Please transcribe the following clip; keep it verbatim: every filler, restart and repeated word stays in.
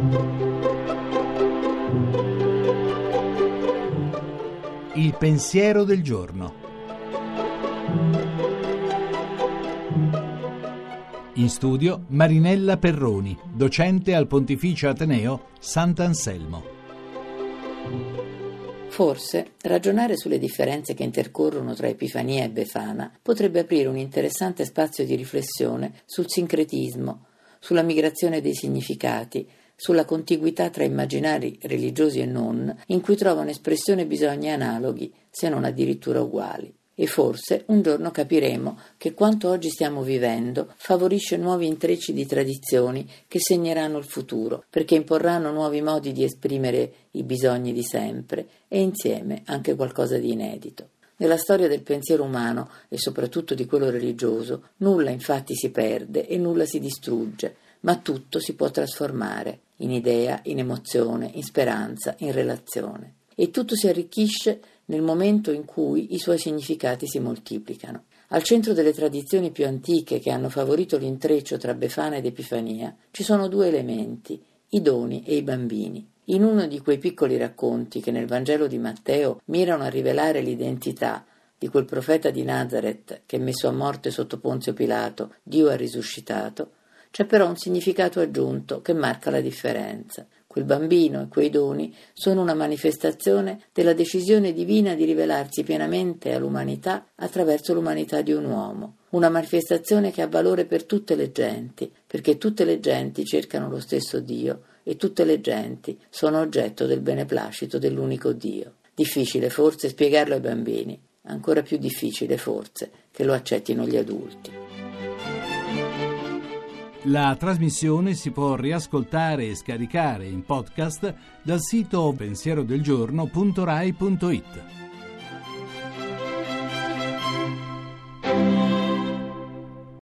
Il pensiero del giorno. In studio Marinella Perroni, docente al Pontificio Ateneo Sant'Anselmo. Forse ragionare sulle differenze che intercorrono tra Epifania e Befana potrebbe aprire un interessante spazio di riflessione sul sincretismo, sulla migrazione dei significati, sulla contiguità tra immaginari religiosi e non, in cui trovano espressione bisogni analoghi, se non addirittura uguali. E forse un giorno capiremo che quanto oggi stiamo vivendo favorisce nuovi intrecci di tradizioni che segneranno il futuro, perché imporranno nuovi modi di esprimere i bisogni di sempre e insieme anche qualcosa di inedito. Nella storia del pensiero umano e soprattutto di quello religioso, nulla infatti si perde e nulla si distrugge, ma tutto si può trasformare in idea, in emozione, in speranza, in relazione. E tutto si arricchisce nel momento in cui i suoi significati si moltiplicano. Al centro delle tradizioni più antiche che hanno favorito l'intreccio tra Befana ed Epifania ci sono due elementi, i doni e i bambini. In uno di quei piccoli racconti che nel Vangelo di Matteo mirano a rivelare l'identità di quel profeta di Nazaret che, messo a morte sotto Ponzio Pilato, Dio ha risuscitato, c'è però un significato aggiunto che marca la differenza. Quel bambino e quei doni sono una manifestazione della decisione divina di rivelarsi pienamente all'umanità attraverso l'umanità di un uomo, una manifestazione che ha valore per tutte le genti, perché tutte le genti cercano lo stesso Dio e tutte le genti sono oggetto del beneplacito dell'unico Dio. Difficile forse spiegarlo ai bambini, ancora più difficile forse che lo accettino gli adulti. La trasmissione si può riascoltare e scaricare in podcast dal sito pensierodelgiorno punto rai punto it.